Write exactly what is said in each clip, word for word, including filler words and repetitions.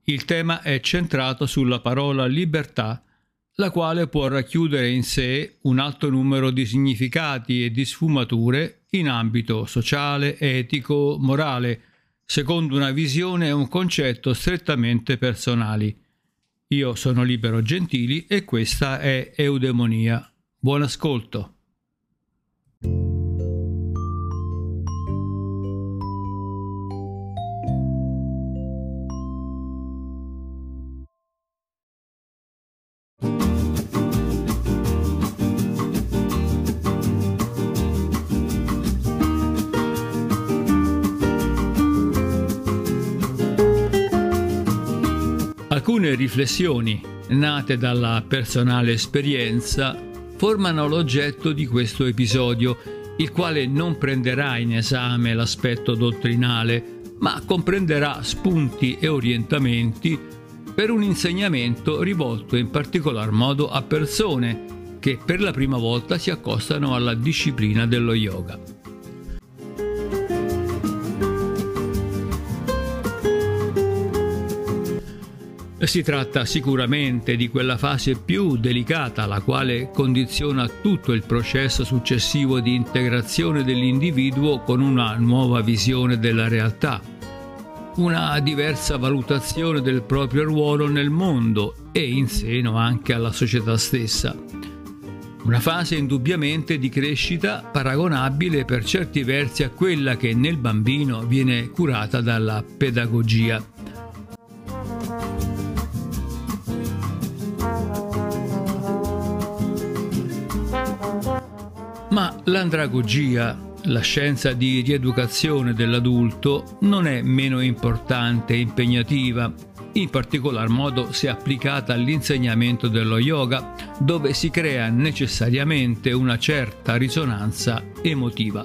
Il tema è centrato sulla parola libertà, la quale può racchiudere in sé un alto numero di significati e di sfumature in ambito sociale, etico, morale, secondo una visione e un concetto strettamente personali. Io sono Libero Gentili e questa è Eudemonia. Buon ascolto. Alcune riflessioni, nate dalla personale esperienza, formano l'oggetto di questo episodio, il quale non prenderà in esame l'aspetto dottrinale, ma comprenderà spunti e orientamenti per un insegnamento rivolto in particolar modo a persone che per la prima volta si accostano alla disciplina dello yoga. Si tratta sicuramente di quella fase più delicata, la quale condiziona tutto il processo successivo di integrazione dell'individuo con una nuova visione della realtà, una diversa valutazione del proprio ruolo nel mondo e in seno anche alla società stessa. Una fase indubbiamente di crescita paragonabile per certi versi a quella che nel bambino viene curata dalla pedagogia. Ma l'andragogia, la scienza di rieducazione dell'adulto, non è meno importante e impegnativa, in particolar modo se applicata all'insegnamento dello yoga, dove si crea necessariamente una certa risonanza emotiva.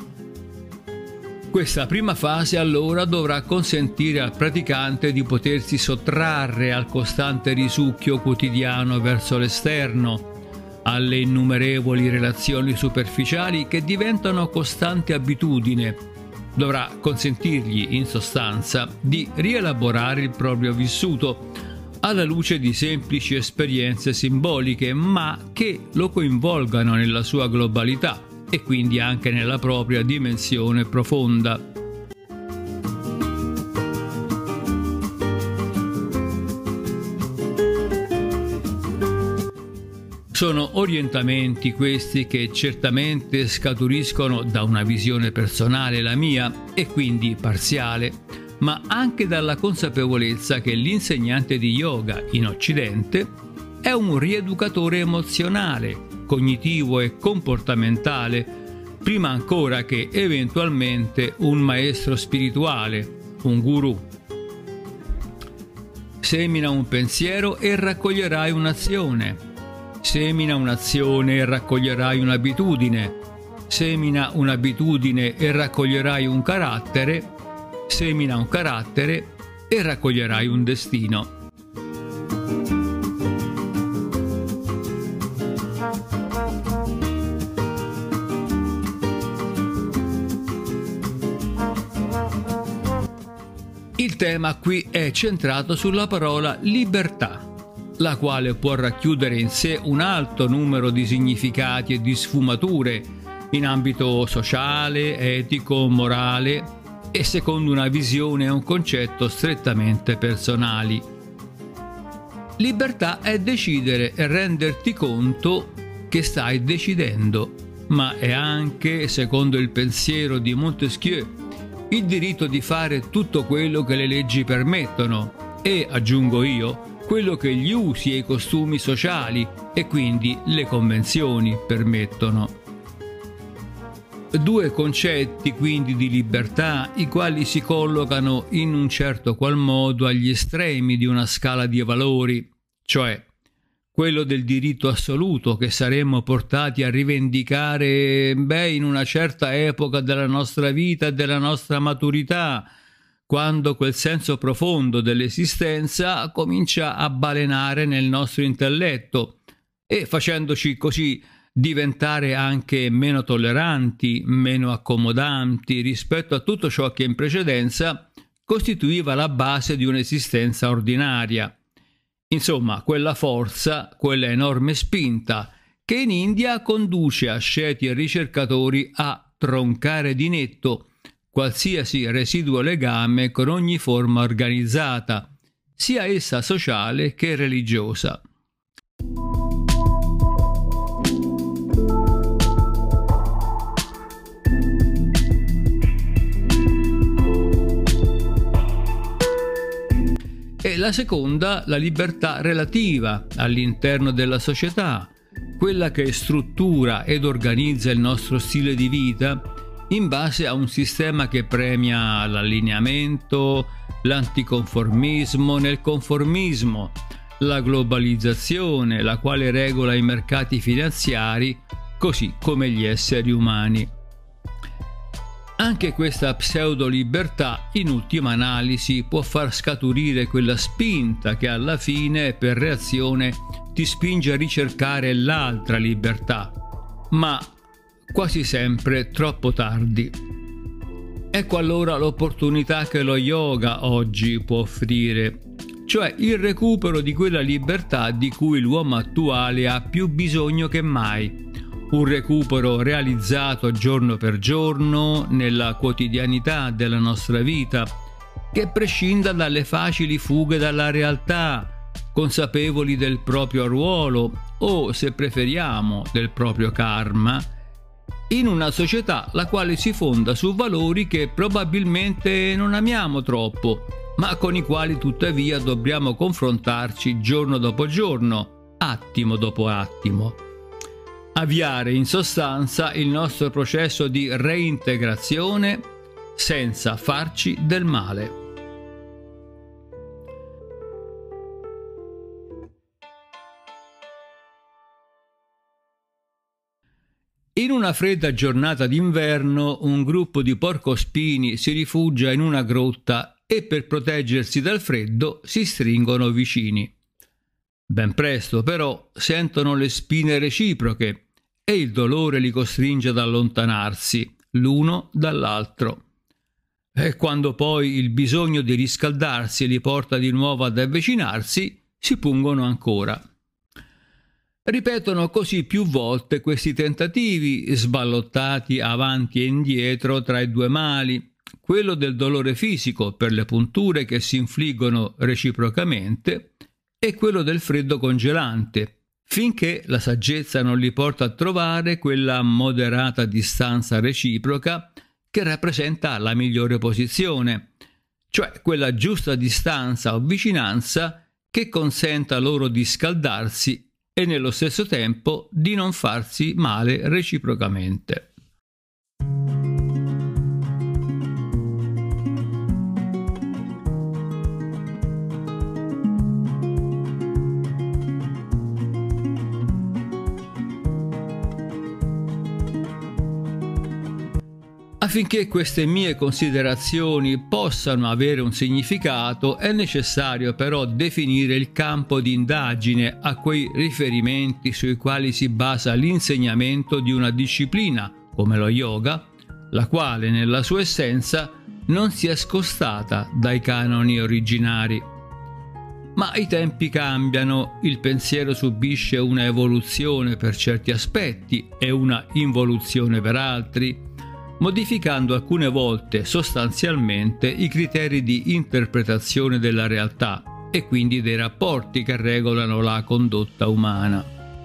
Questa prima fase allora dovrà consentire al praticante di potersi sottrarre al costante risucchio quotidiano verso l'esterno, alle innumerevoli relazioni superficiali che diventano costante abitudine. Dovrà consentirgli, in sostanza, di rielaborare il proprio vissuto alla luce di semplici esperienze simboliche, ma che lo coinvolgano nella sua globalità e quindi anche nella propria dimensione profonda. Sono orientamenti questi che certamente scaturiscono da una visione personale, la mia, e quindi parziale, ma anche dalla consapevolezza che l'insegnante di yoga in Occidente è un rieducatore emozionale, cognitivo e comportamentale, prima ancora che eventualmente un maestro spirituale, un guru. Semina un pensiero e raccoglierai un'azione. Semina un'azione e raccoglierai un'abitudine. Semina un'abitudine e raccoglierai un carattere. Semina un carattere e raccoglierai un destino. Il tema qui è centrato sulla parola libertà, la quale può racchiudere in sé un alto numero di significati e di sfumature in ambito sociale, etico, morale e secondo una visione e un concetto strettamente personali. Libertà è decidere e renderti conto che stai decidendo, ma è anche, secondo il pensiero di Montesquieu, il diritto di fare tutto quello che le leggi permettono e, aggiungo io, quello che gli usi e i costumi sociali e quindi le convenzioni permettono. Due concetti quindi di libertà, i quali si collocano in un certo qual modo agli estremi di una scala di valori, cioè quello del diritto assoluto che saremmo portati a rivendicare beh, in una certa epoca della nostra vita e della nostra maturità, quando quel senso profondo dell'esistenza comincia a balenare nel nostro intelletto e facendoci così diventare anche meno tolleranti, meno accomodanti rispetto a tutto ciò che in precedenza costituiva la base di un'esistenza ordinaria. Insomma, quella forza, quella enorme spinta, che in India conduce asceti e ricercatori a troncare di netto qualsiasi residuo legame con ogni forma organizzata, sia essa sociale che religiosa. E la seconda, la libertà relativa all'interno della società, quella che struttura ed organizza il nostro stile di vita in base a un sistema che premia l'allineamento, l'anticonformismo nel conformismo, la globalizzazione, la quale regola i mercati finanziari, così come gli esseri umani. Anche questa pseudo-libertà, in ultima analisi, può far scaturire quella spinta che alla fine, per reazione, ti spinge a ricercare l'altra libertà, ma quasi sempre troppo tardi. Ecco allora l'opportunità che lo yoga oggi può offrire, cioè il recupero di quella libertà di cui l'uomo attuale ha più bisogno che mai. Un recupero realizzato giorno per giorno nella quotidianità della nostra vita, che prescinda dalle facili fughe dalla realtà, consapevoli del proprio ruolo o, se preferiamo, del proprio karma, in una società la quale si fonda su valori che probabilmente non amiamo troppo, ma con i quali tuttavia dobbiamo confrontarci giorno dopo giorno, attimo dopo attimo. Avviare in sostanza il nostro processo di reintegrazione senza farci del male. In una fredda giornata d'inverno, un gruppo di porcospini si rifugia in una grotta e per proteggersi dal freddo si stringono vicini. Ben presto, però, sentono le spine reciproche e il dolore li costringe ad allontanarsi, l'uno dall'altro. E quando poi il bisogno di riscaldarsi li porta di nuovo ad avvicinarsi, si pungono ancora. Ripetono così più volte questi tentativi, sballottati avanti e indietro tra i due mali, quello del dolore fisico per le punture che si infliggono reciprocamente e quello del freddo congelante, finché la saggezza non li porta a trovare quella moderata distanza reciproca che rappresenta la migliore posizione, cioè quella giusta distanza o vicinanza che consenta loro di scaldarsi e nello stesso tempo di non farsi male reciprocamente. Affinché queste mie considerazioni possano avere un significato, è necessario però definire il campo di indagine a quei riferimenti sui quali si basa l'insegnamento di una disciplina, come lo yoga, la quale nella sua essenza non si è scostata dai canoni originari. Ma i tempi cambiano, il pensiero subisce una evoluzione per certi aspetti e una involuzione per altri, modificando alcune volte sostanzialmente i criteri di interpretazione della realtà e quindi dei rapporti che regolano la condotta umana.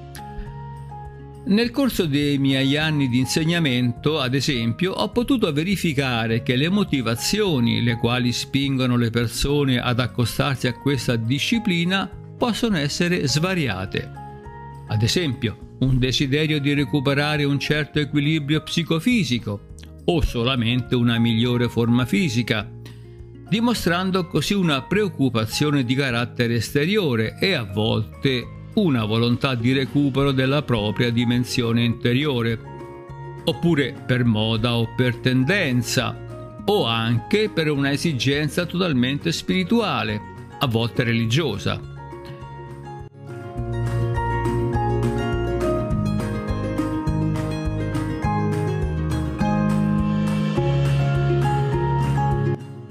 Nel corso dei miei anni di insegnamento, ad esempio, ho potuto verificare che le motivazioni le quali spingono le persone ad accostarsi a questa disciplina possono essere svariate. Ad esempio, un desiderio di recuperare un certo equilibrio psicofisico, o solamente una migliore forma fisica, dimostrando così una preoccupazione di carattere esteriore e a volte una volontà di recupero della propria dimensione interiore, oppure per moda o per tendenza, o anche per una esigenza totalmente spirituale, a volte religiosa.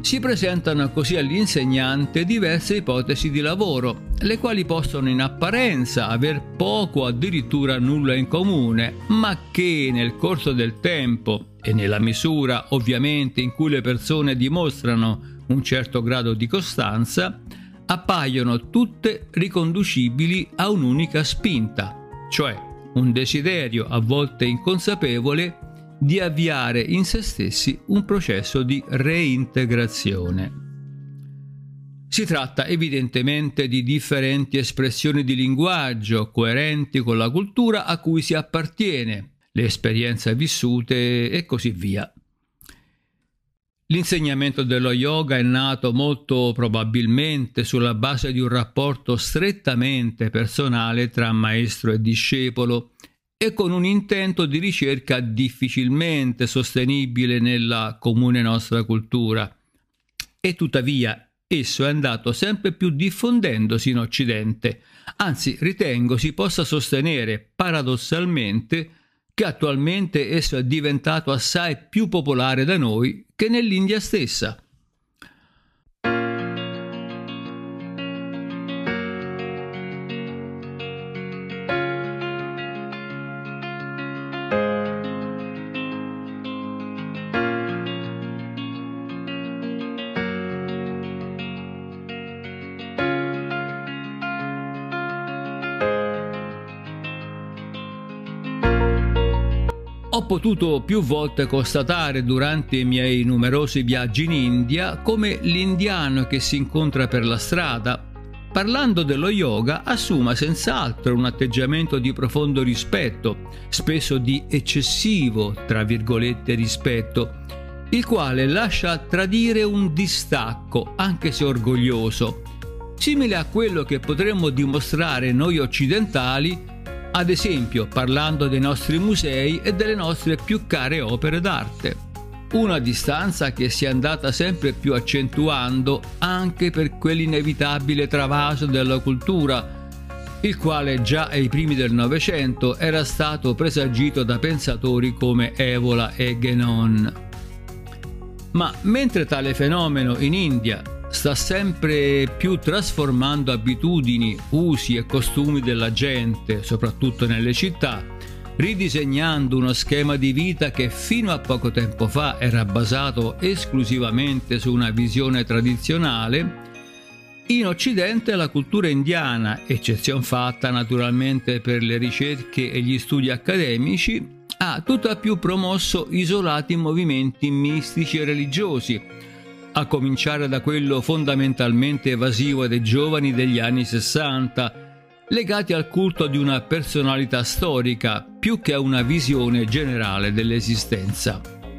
Si presentano così all'insegnante diverse ipotesi di lavoro, le quali possono in apparenza aver poco o addirittura nulla in comune, ma che nel corso del tempo e nella misura ovviamente in cui le persone dimostrano un certo grado di costanza, appaiono tutte riconducibili a un'unica spinta, cioè un desiderio a volte inconsapevole di avviare in se stessi un processo di reintegrazione. Si tratta evidentemente di differenti espressioni di linguaggio coerenti con la cultura a cui si appartiene, le esperienze vissute e così via. L'insegnamento dello yoga è nato molto probabilmente sulla base di un rapporto strettamente personale tra maestro e discepolo e con un intento di ricerca difficilmente sostenibile nella comune nostra cultura. E tuttavia esso è andato sempre più diffondendosi in Occidente, anzi ritengo si possa sostenere paradossalmente che attualmente esso è diventato assai più popolare da noi che nell'India stessa. Ho potuto più volte constatare durante i miei numerosi viaggi in India come l'indiano che si incontra per la strada, parlando dello yoga, assuma senz'altro un atteggiamento di profondo rispetto, spesso di eccessivo, tra virgolette, rispetto, il quale lascia tradire un distacco, anche se orgoglioso, simile a quello che potremmo dimostrare noi occidentali, ad esempio parlando dei nostri musei e delle nostre più care opere d'arte. Una distanza che si è andata sempre più accentuando anche per quell'inevitabile travaso della cultura, il quale già ai primi del Novecento era stato presagito da pensatori come Evola e Guénon. Ma mentre tale fenomeno in India sta sempre più trasformando abitudini, usi e costumi della gente, soprattutto nelle città, ridisegnando uno schema di vita che fino a poco tempo fa era basato esclusivamente su una visione tradizionale, in Occidente la cultura indiana, eccezion fatta naturalmente per le ricerche e gli studi accademici, ha tutt'al più promosso isolati movimenti mistici e religiosi, a cominciare da quello fondamentalmente evasivo dei giovani degli anni sessanta, legati al culto di una personalità storica più che a una visione generale dell'esistenza.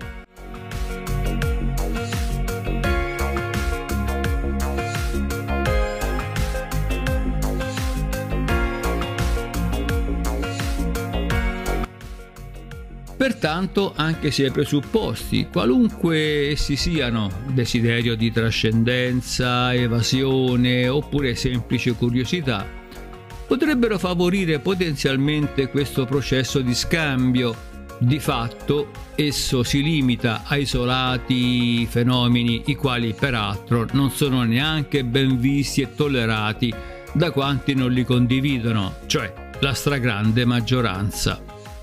Pertanto, anche se i presupposti, qualunque essi siano, desiderio di trascendenza, evasione oppure semplice curiosità, potrebbero favorire potenzialmente questo processo di scambio, di fatto esso si limita a isolati fenomeni i quali peraltro non sono neanche ben visti e tollerati da quanti non li condividono, cioè la stragrande maggioranza.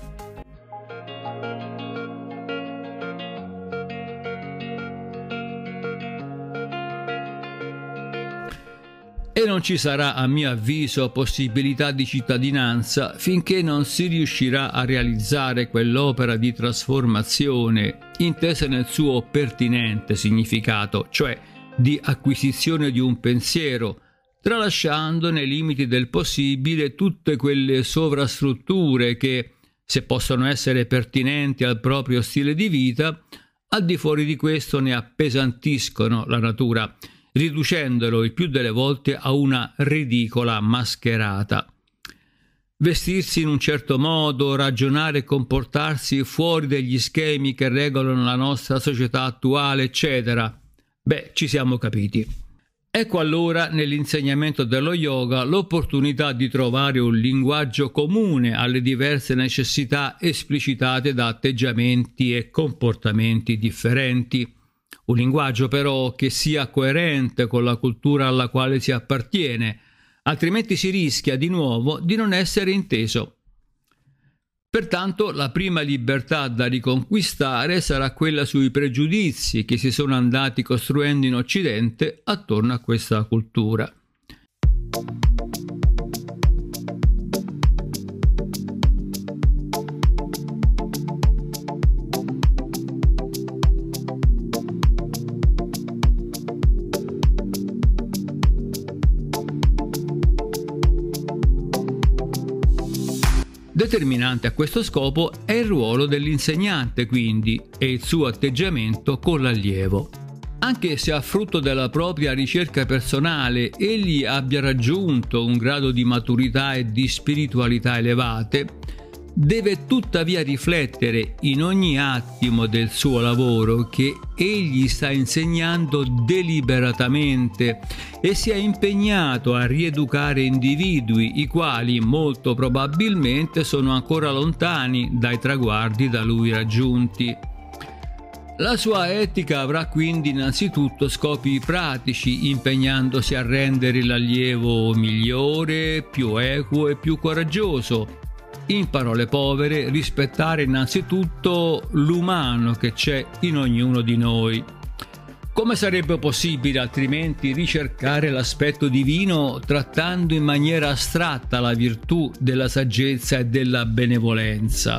E non ci sarà, a mio avviso, possibilità di cittadinanza finché non si riuscirà a realizzare quell'opera di trasformazione intesa nel suo pertinente significato, cioè di acquisizione di un pensiero, tralasciando nei limiti del possibile tutte quelle sovrastrutture che, se possono essere pertinenti al proprio stile di vita, al di fuori di questo ne appesantiscono la natura, riducendolo il più delle volte a una ridicola mascherata. Vestirsi in un certo modo, ragionare e comportarsi fuori degli schemi che regolano la nostra società attuale, eccetera. Beh, ci siamo capiti. Ecco allora nell'insegnamento dello yoga l'opportunità di trovare un linguaggio comune alle diverse necessità esplicitate da atteggiamenti e comportamenti differenti. un linguaggio però che sia coerente con la cultura alla quale si appartiene, altrimenti si rischia di nuovo di non essere inteso. Pertanto la prima libertà da riconquistare sarà quella sui pregiudizi che si sono andati costruendo in Occidente attorno a questa cultura. Determinante a questo scopo è il ruolo dell'insegnante, quindi, e il suo atteggiamento con l'allievo. Anche se a frutto della propria ricerca personale egli abbia raggiunto un grado di maturità e di spiritualità elevate, deve tuttavia riflettere in ogni attimo del suo lavoro che egli sta insegnando deliberatamente e si è impegnato a rieducare individui i quali molto probabilmente sono ancora lontani dai traguardi da lui raggiunti. La sua etica avrà quindi innanzitutto scopi pratici, impegnandosi a rendere l'allievo migliore, più equo e più coraggioso. In parole povere, rispettare innanzitutto l'umano che c'è in ognuno di noi. Come sarebbe possibile altrimenti ricercare l'aspetto divino trattando in maniera astratta la virtù della saggezza e della benevolenza?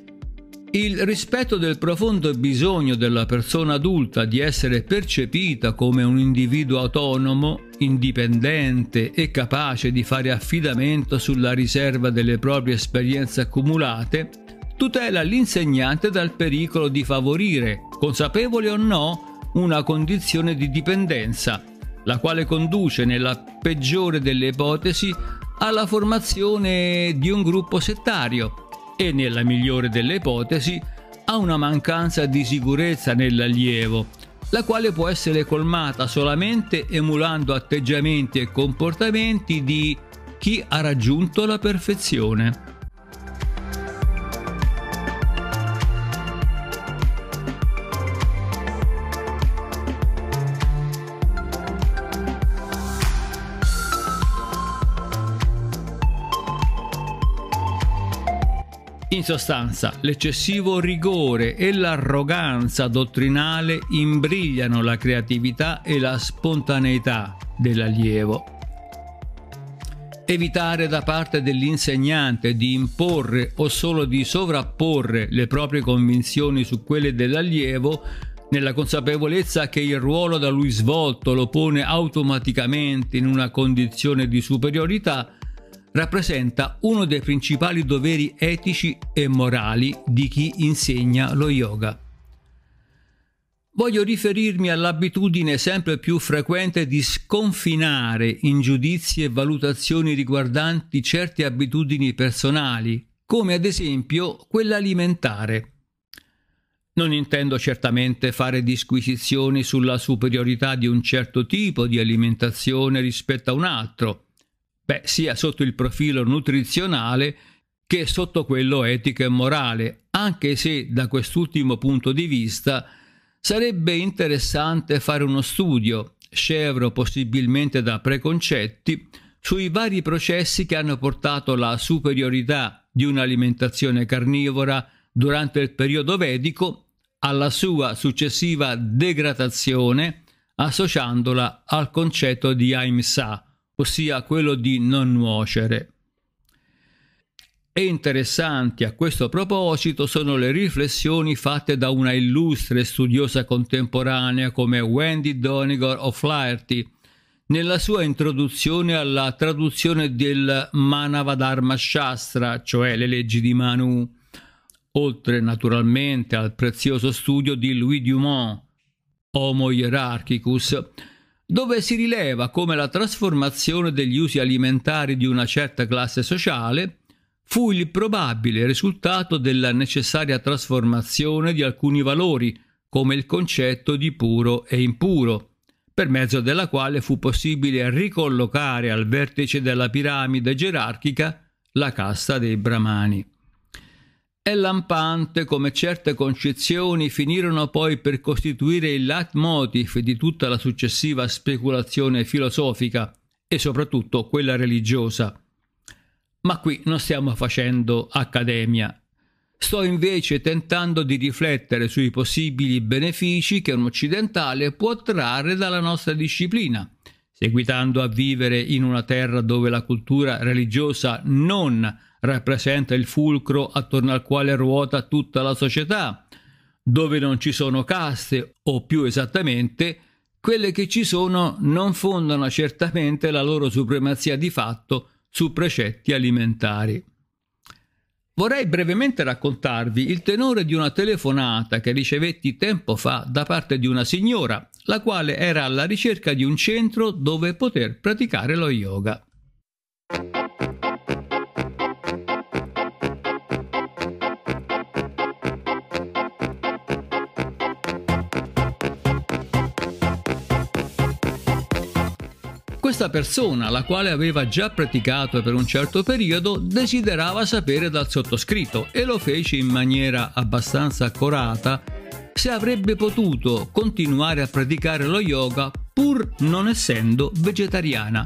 Il rispetto del profondo bisogno della persona adulta di essere percepita come un individuo autonomo, indipendente e capace di fare affidamento sulla riserva delle proprie esperienze accumulate, tutela l'insegnante dal pericolo di favorire, consapevole o no, una condizione di dipendenza, la quale conduce, nella peggiore delle ipotesi, alla formazione di un gruppo settario e, nella migliore delle ipotesi, a una mancanza di sicurezza nell'allievo, la quale può essere colmata solamente emulando atteggiamenti e comportamenti di chi ha raggiunto la perfezione. In sostanza, l'eccessivo rigore e l'arroganza dottrinale imbrigliano la creatività e la spontaneità dell'allievo. Evitare da parte dell'insegnante di imporre o solo di sovrapporre le proprie convinzioni su quelle dell'allievo, nella consapevolezza che il ruolo da lui svolto lo pone automaticamente in una condizione di superiorità, rappresenta uno dei principali doveri etici e morali di chi insegna lo yoga. Voglio riferirmi all'abitudine sempre più frequente di sconfinare in giudizi e valutazioni riguardanti certe abitudini personali, come ad esempio quella alimentare. Non intendo certamente fare disquisizioni sulla superiorità di un certo tipo di alimentazione rispetto a un altro, Beh, sia sotto il profilo nutrizionale che sotto quello etico e morale, anche se da quest'ultimo punto di vista sarebbe interessante fare uno studio, scevro possibilmente da preconcetti, sui vari processi che hanno portato la superiorità di un'alimentazione carnivora durante il periodo vedico alla sua successiva degradazione, associandola al concetto di ahimsa, ossia quello di non nuocere. E interessanti a questo proposito sono le riflessioni fatte da una illustre studiosa contemporanea come Wendy Doniger O'Flaherty nella sua introduzione alla traduzione del Manavadharma Shastra, cioè le leggi di Manu, oltre naturalmente al prezioso studio di Louis Dumont, Homo Hierarchicus, dove si rileva come la trasformazione degli usi alimentari di una certa classe sociale fu il probabile risultato della necessaria trasformazione di alcuni valori, come il concetto di puro e impuro, per mezzo della quale fu possibile ricollocare al vertice della piramide gerarchica la casta dei Brahmani. È lampante come certe concezioni finirono poi per costituire il leitmotiv di tutta la successiva speculazione filosofica e soprattutto quella religiosa. Ma qui non stiamo facendo accademia. Sto invece tentando di riflettere sui possibili benefici che un occidentale può trarre dalla nostra disciplina, seguitando a vivere in una terra dove la cultura religiosa non rappresenta il fulcro attorno al quale ruota tutta la società, dove non ci sono caste, o più esattamente, quelle che ci sono non fondano certamente la loro supremazia di fatto su precetti alimentari. Vorrei brevemente raccontarvi il tenore di una telefonata che ricevetti tempo fa da parte di una signora, la quale era alla ricerca di un centro dove poter praticare lo yoga. Questa persona, la quale aveva già praticato per un certo periodo, desiderava sapere dal sottoscritto e lo fece in maniera abbastanza accorata se avrebbe potuto continuare a praticare lo yoga pur non essendo vegetariana.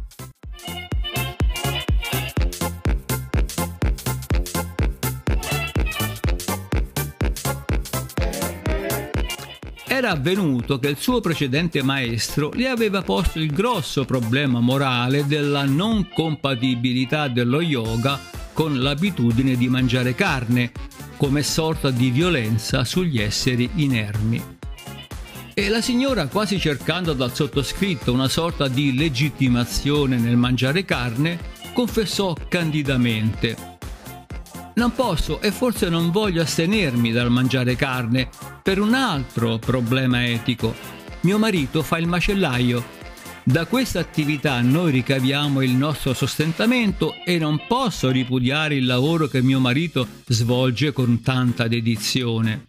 Era avvenuto che il suo precedente maestro le aveva posto il grosso problema morale della non compatibilità dello yoga con l'abitudine di mangiare carne, come sorta di violenza sugli esseri inermi. E la signora, quasi cercando dal sottoscritto una sorta di legittimazione nel mangiare carne, confessò candidamente: «Non posso e forse non voglio astenermi dal mangiare carne per un altro problema etico. Mio marito fa il macellaio. Da questa attività noi ricaviamo il nostro sostentamento e non posso ripudiare il lavoro che mio marito svolge con tanta dedizione».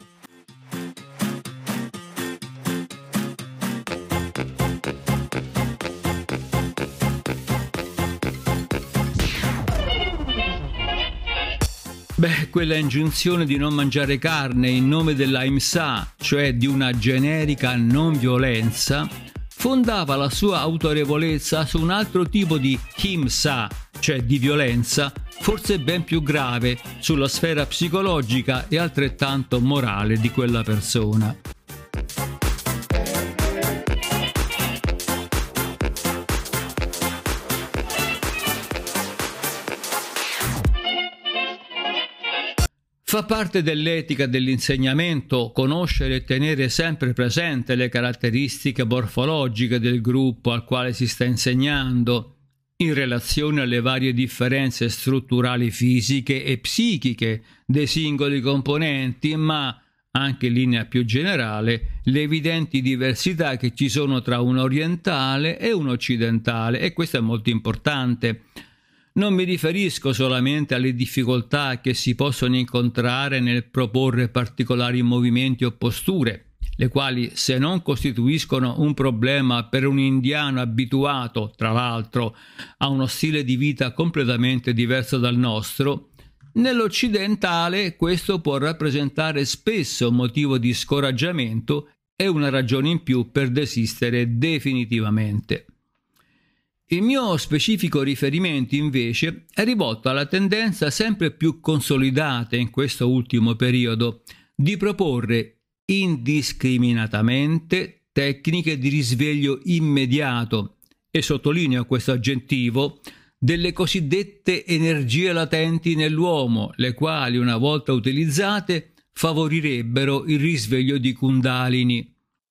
Beh, quella ingiunzione di non mangiare carne in nome dell'ahimsa, cioè di una generica non violenza, fondava la sua autorevolezza su un altro tipo di himsa, cioè di violenza, forse ben più grave sulla sfera psicologica e altrettanto morale di quella persona. Fa parte dell'etica dell'insegnamento conoscere e tenere sempre presente le caratteristiche morfologiche del gruppo al quale si sta insegnando, in relazione alle varie differenze strutturali fisiche e psichiche dei singoli componenti, ma anche in linea più generale le evidenti diversità che ci sono tra un orientale e un occidentale, e questo è molto importante. Non mi riferisco solamente alle difficoltà che si possono incontrare nel proporre particolari movimenti o posture, le quali, se non costituiscono un problema per un indiano abituato, tra l'altro, a uno stile di vita completamente diverso dal nostro, nell'occidentale questo può rappresentare spesso motivo di scoraggiamento e una ragione in più per desistere definitivamente. Il mio specifico riferimento invece è rivolto alla tendenza sempre più consolidata in questo ultimo periodo di proporre indiscriminatamente tecniche di risveglio immediato, e sottolineo questo aggettivo, delle cosiddette energie latenti nell'uomo, le quali una volta utilizzate favorirebbero il risveglio di Kundalini.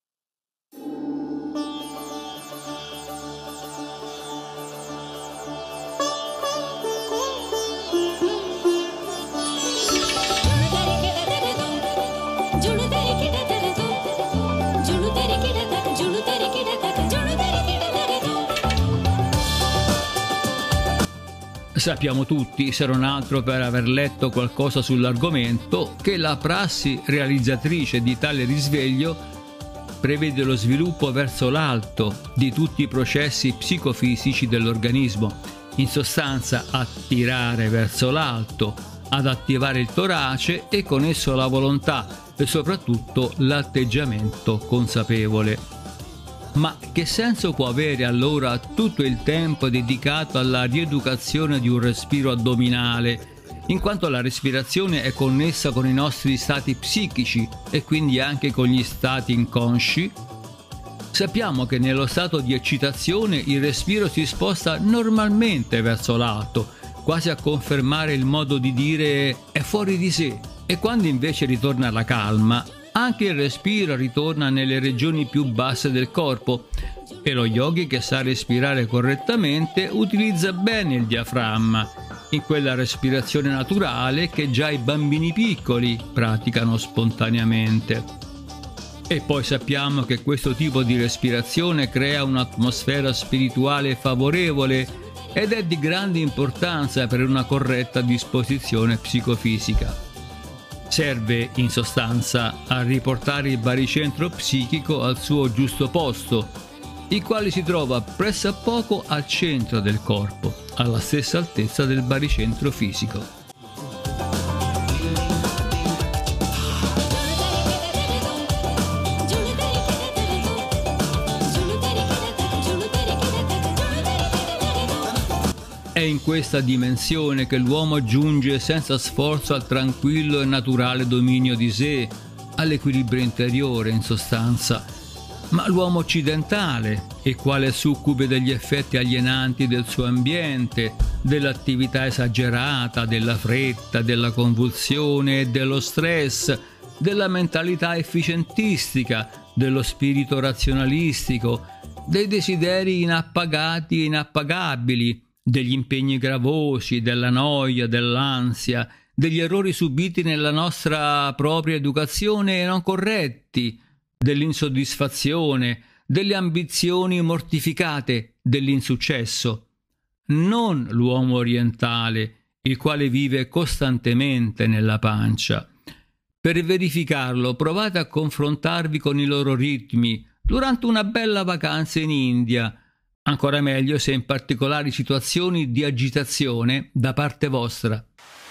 Sappiamo tutti, se non altro per aver letto qualcosa sull'argomento, che la prassi realizzatrice di tale risveglio prevede lo sviluppo verso l'alto di tutti i processi psicofisici dell'organismo, in sostanza attirare verso l'alto, ad attivare il torace e con esso la volontà e soprattutto l'atteggiamento consapevole. Ma che senso può avere allora tutto il tempo dedicato alla rieducazione di un respiro addominale, in quanto la respirazione è connessa con i nostri stati psichici e quindi anche con gli stati inconsci? Sappiamo che nello stato di eccitazione il respiro si sposta normalmente verso l'alto, quasi a confermare il modo di dire è fuori di sé, e quando invece ritorna la calma, anche il respiro ritorna nelle regioni più basse del corpo, e lo yogi che sa respirare correttamente utilizza bene il diaframma, in quella respirazione naturale che già i bambini piccoli praticano spontaneamente. E poi sappiamo che questo tipo di respirazione crea un'atmosfera spirituale favorevole ed è di grande importanza per una corretta disposizione psicofisica. Serve, in sostanza, a riportare il baricentro psichico al suo giusto posto, il quale si trova pressappoco al centro del corpo, alla stessa altezza del baricentro fisico. È in questa dimensione che l'uomo giunge senza sforzo al tranquillo e naturale dominio di sé, all'equilibrio interiore, in sostanza. Ma l'uomo occidentale, il quale succube degli effetti alienanti del suo ambiente, dell'attività esagerata, della fretta, della convulsione e dello stress, della mentalità efficientistica, dello spirito razionalistico, dei desideri inappagati e inappagabili, degli impegni gravosi, della noia, dell'ansia, degli errori subiti nella nostra propria educazione e non corretti, dell'insoddisfazione, delle ambizioni mortificate, dell'insuccesso. Non l'uomo orientale, il quale vive costantemente nella pancia. Per verificarlo, provate a confrontarvi con i loro ritmi durante una bella vacanza in India, ancora meglio se in particolari situazioni di agitazione da parte vostra.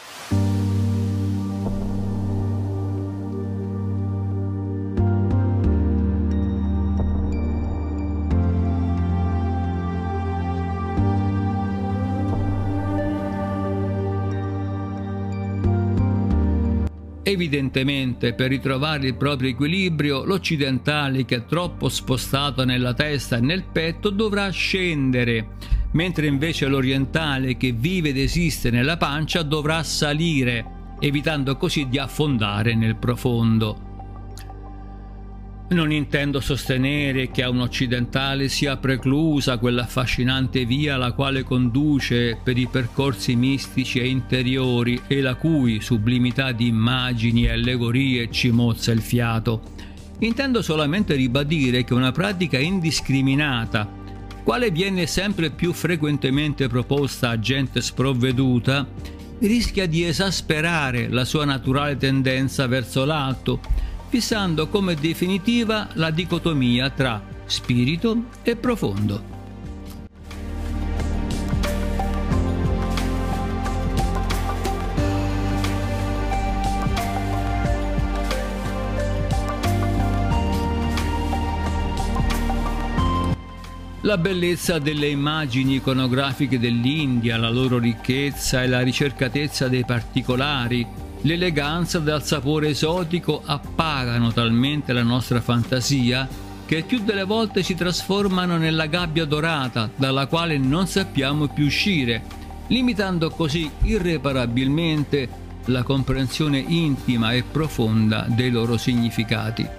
Evidentemente, per ritrovare il proprio equilibrio, l'occidentale che è troppo spostato nella testa e nel petto dovrà scendere, mentre invece l'orientale che vive ed esiste nella pancia dovrà salire, evitando così di affondare nel profondo. Non intendo sostenere che a un occidentale sia preclusa quell'affascinante via la quale conduce per i percorsi mistici e interiori e la cui sublimità di immagini e allegorie ci mozza il fiato. Intendo solamente ribadire che una pratica indiscriminata, quale viene sempre più frequentemente proposta a gente sprovveduta, rischia di esasperare la sua naturale tendenza verso l'alto, fissando come definitiva la dicotomia tra spirito e profondo. La bellezza delle immagini iconografiche dell'India, la loro ricchezza e la ricercatezza dei particolari, l'eleganza dal sapore esotico appagano talmente la nostra fantasia che il più delle volte si trasformano nella gabbia dorata dalla quale non sappiamo più uscire, limitando così irreparabilmente la comprensione intima e profonda dei loro significati.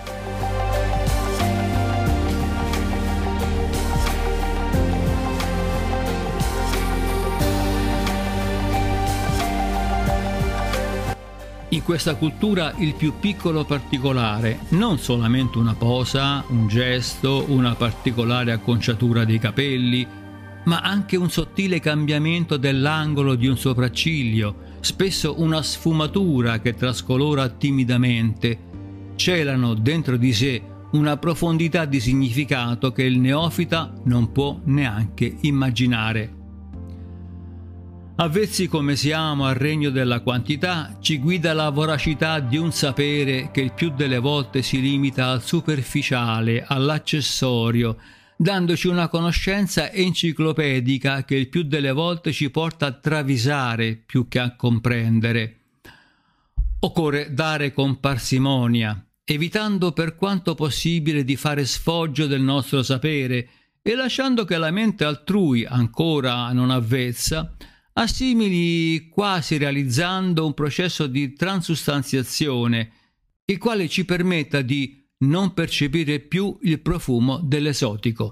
In questa cultura il più piccolo particolare, non solamente una posa, un gesto, una particolare acconciatura dei capelli, ma anche un sottile cambiamento dell'angolo di un sopracciglio, spesso una sfumatura che trascolora timidamente, celano dentro di sé una profondità di significato che il neofita non può neanche immaginare. Avvezzi come siamo al regno della quantità, ci guida la voracità di un sapere che il più delle volte si limita al superficiale, all'accessorio, dandoci una conoscenza enciclopedica che il più delle volte ci porta a travisare più che a comprendere. Occorre dare con parsimonia, evitando per quanto possibile di fare sfoggio del nostro sapere e lasciando che la mente altrui, ancora non avvezza, assimili quasi realizzando un processo di transustanziazione, il quale ci permetta di non percepire più il profumo dell'esotico.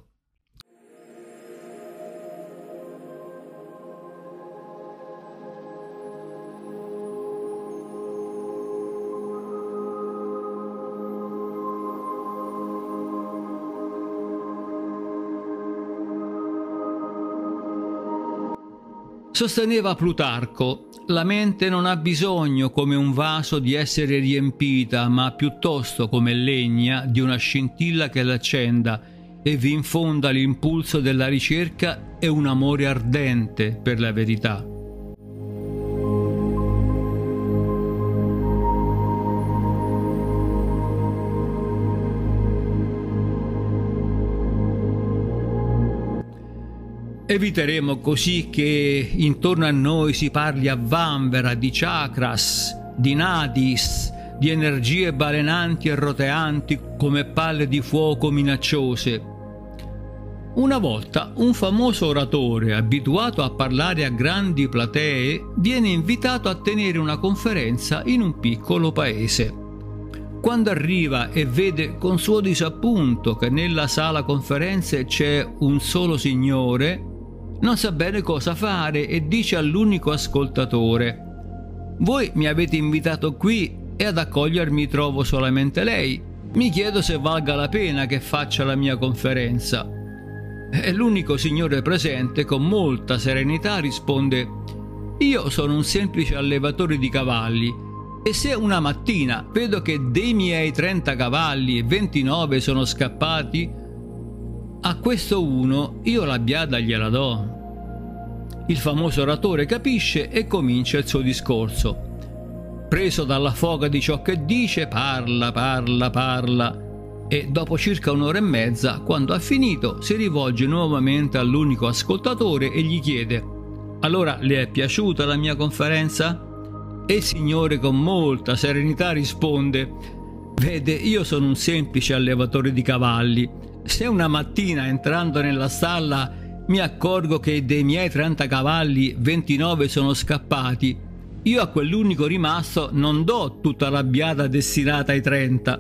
Sosteneva Plutarco, la mente non ha bisogno come un vaso di essere riempita, ma piuttosto come legna di una scintilla che l'accenda e vi infonda l'impulso della ricerca e un amore ardente per la verità. Eviteremo così che intorno a noi si parli a vanvera di chakras, di nadis, di energie balenanti e roteanti come palle di fuoco minacciose. Una volta un famoso oratore, abituato a parlare a grandi platee, viene invitato a tenere una conferenza in un piccolo paese. Quando arriva e vede con suo disappunto che nella sala conferenze c'è un solo signore, non sa bene cosa fare e dice all'unico ascoltatore: «Voi mi avete invitato qui e ad accogliermi trovo solamente lei. Mi chiedo se valga la pena che faccia la mia conferenza». E l'unico signore presente, con molta serenità, risponde: «Io sono un semplice allevatore di cavalli e se una mattina vedo che dei miei trenta cavalli ventinove sono scappati, a questo uno io la biada gliela do». Il famoso oratore capisce e comincia il suo discorso. Preso dalla foga di ciò che dice, parla, parla, parla e dopo circa un'ora e mezza, quando ha finito, si rivolge nuovamente all'unico ascoltatore e gli chiede: «Allora, le è piaciuta la mia conferenza?» E il signore con molta serenità risponde: «Vede, io sono un semplice allevatore di cavalli. Se una mattina, entrando nella stalla, mi accorgo che dei miei trenta cavalli ventinove sono scappati, io a quell'unico rimasto non do tutta la biada destinata ai trenta».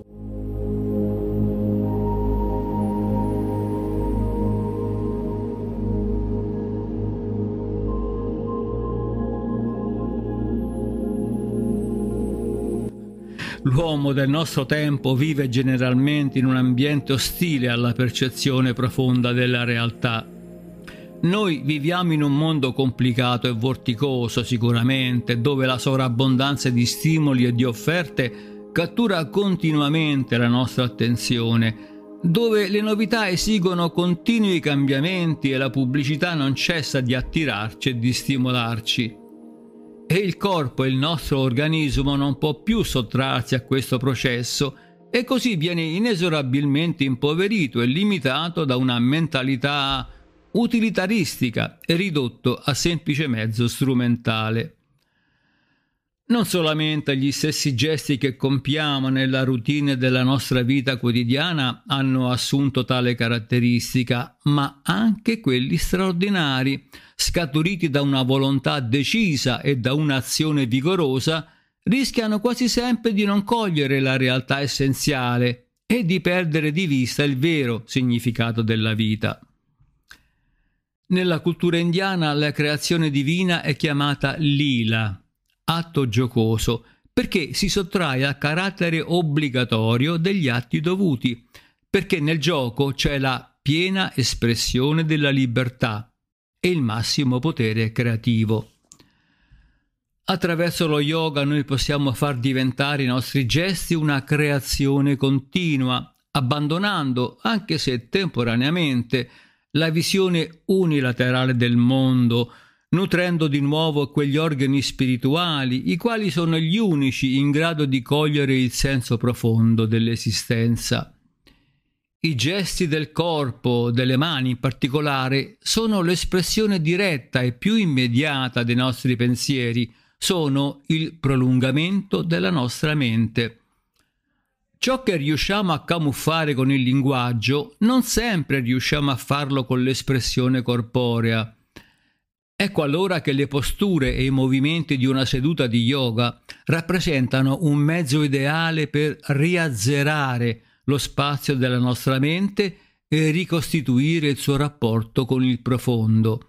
L'uomo del nostro tempo vive generalmente in un ambiente ostile alla percezione profonda della realtà. Noi viviamo in un mondo complicato e vorticoso sicuramente, dove la sovrabbondanza di stimoli e di offerte cattura continuamente la nostra attenzione, dove le novità esigono continui cambiamenti e la pubblicità non cessa di attirarci e di stimolarci. E il corpo e il nostro organismo non può più sottrarsi a questo processo e così viene inesorabilmente impoverito e limitato da una mentalità utilitaristica e ridotto a semplice mezzo strumentale. Non solamente gli stessi gesti che compiamo nella routine della nostra vita quotidiana hanno assunto tale caratteristica, ma anche quelli straordinari, scaturiti da una volontà decisa e da un'azione vigorosa, rischiano quasi sempre di non cogliere la realtà essenziale e di perdere di vista il vero significato della vita. Nella cultura indiana la creazione divina è chiamata lila, atto giocoso, perché si sottrae al carattere obbligatorio degli atti dovuti, perché nel gioco c'è la piena espressione della libertà e il massimo potere creativo. Attraverso lo yoga noi possiamo far diventare i nostri gesti una creazione continua, abbandonando, anche se temporaneamente, la visione unilaterale del mondo, nutrendo di nuovo quegli organi spirituali, i quali sono gli unici in grado di cogliere il senso profondo dell'esistenza. I gesti del corpo, delle mani in particolare, sono l'espressione diretta e più immediata dei nostri pensieri, sono il prolungamento della nostra mente. Ciò che riusciamo a camuffare con il linguaggio, non sempre riusciamo a farlo con l'espressione corporea. Ecco allora che le posture e i movimenti di una seduta di yoga rappresentano un mezzo ideale per riazzerare lo spazio della nostra mente e ricostituire il suo rapporto con il profondo.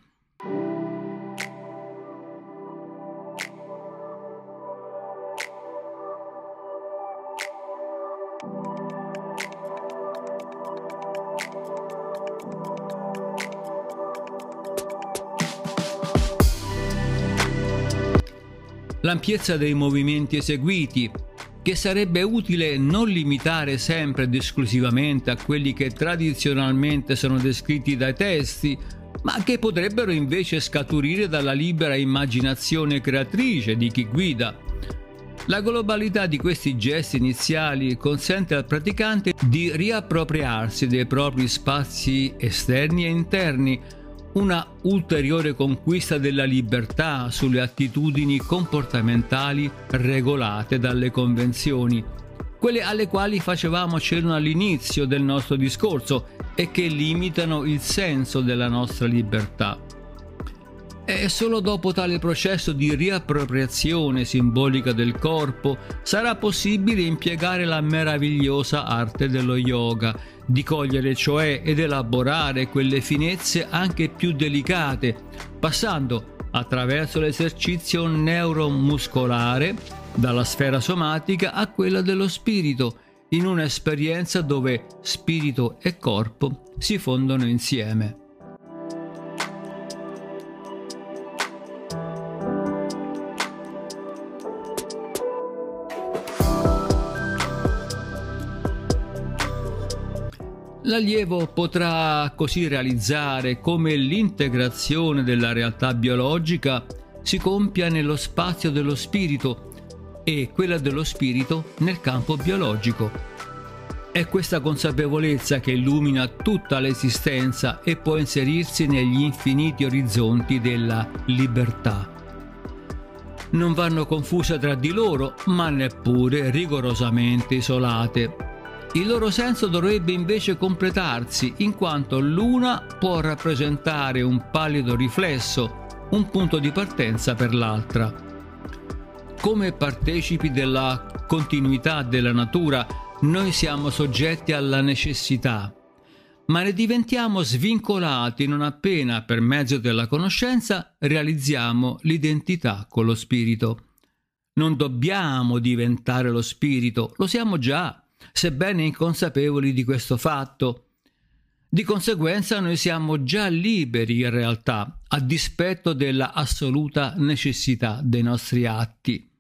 L'ampiezza dei movimenti eseguiti, che sarebbe utile non limitare sempre ed esclusivamente a quelli che tradizionalmente sono descritti dai testi, ma che potrebbero invece scaturire dalla libera immaginazione creatrice di chi guida. La globalità di questi gesti iniziali consente al praticante di riappropriarsi dei propri spazi esterni e interni, una ulteriore conquista della libertà sulle attitudini comportamentali regolate dalle convenzioni, quelle alle quali facevamo cenno all'inizio del nostro discorso e che limitano il senso della nostra libertà. E solo dopo tale processo di riappropriazione simbolica del corpo sarà possibile impiegare la meravigliosa arte dello yoga, di cogliere cioè ed elaborare quelle finezze anche più delicate, passando attraverso l'esercizio neuromuscolare dalla sfera somatica a quella dello spirito, in un'esperienza dove spirito e corpo si fondono insieme. L'allievo potrà così realizzare come l'integrazione della realtà biologica si compia nello spazio dello spirito e quella dello spirito nel campo biologico. È questa consapevolezza che illumina tutta l'esistenza e può inserirsi negli infiniti orizzonti della libertà. Non vanno confuse tra di loro, ma neppure rigorosamente isolate. Il loro senso dovrebbe invece completarsi, in quanto l'una può rappresentare un pallido riflesso, un punto di partenza per l'altra. Come partecipi della continuità della natura, noi siamo soggetti alla necessità, ma ne diventiamo svincolati non appena, per mezzo della conoscenza, realizziamo l'identità con lo spirito. Non dobbiamo diventare lo spirito, lo siamo già, sebbene inconsapevoli di questo fatto. Di conseguenza noi siamo già liberi in realtà, a dispetto della assoluta necessità dei nostri atti.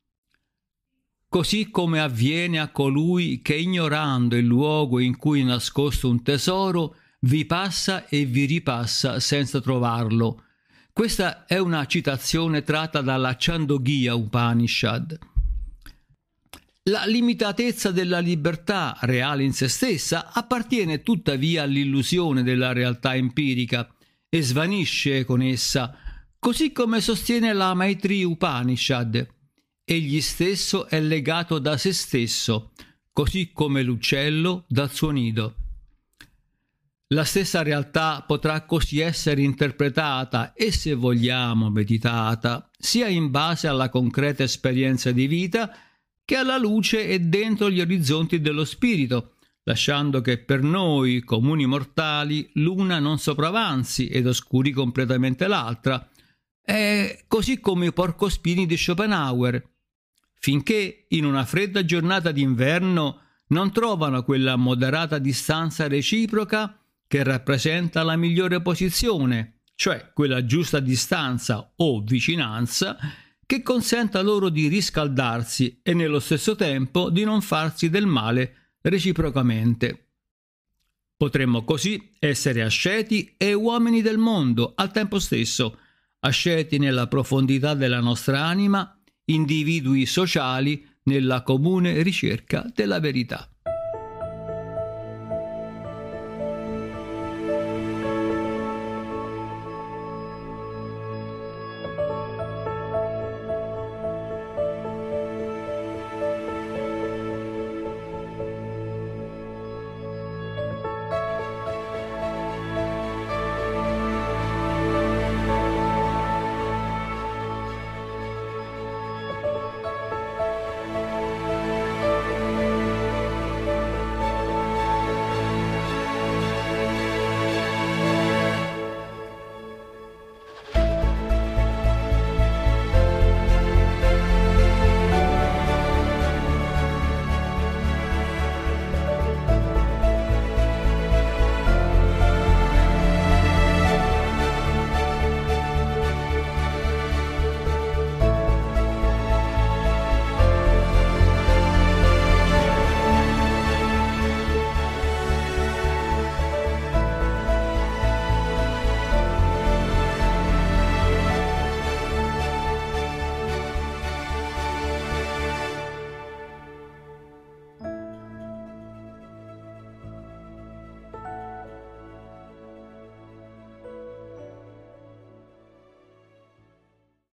Così come avviene a colui che, ignorando il luogo in cui è nascosto un tesoro, vi passa e vi ripassa senza trovarlo. Questa è una citazione tratta dalla Chandogya Upanishad. La limitatezza della libertà reale in se stessa appartiene tuttavia all'illusione della realtà empirica e svanisce con essa, così come sostiene la Maitri Upanishad. Egli stesso è legato da se stesso, così come l'uccello dal suo nido. La stessa realtà potrà così essere interpretata e, se vogliamo, meditata, sia in base alla concreta esperienza di vita che alla luce e dentro gli orizzonti dello spirito, lasciando che per noi, comuni mortali, l'una non sopravanzi ed oscuri completamente l'altra, è così come i porcospini di Schopenhauer, finché in una fredda giornata d'inverno non trovano quella moderata distanza reciproca che rappresenta la migliore posizione, cioè quella giusta distanza o vicinanza che consenta loro di riscaldarsi e nello stesso tempo di non farsi del male reciprocamente. Potremmo così essere asceti e uomini del mondo al tempo stesso, asceti nella profondità della nostra anima, individui sociali nella comune ricerca della verità.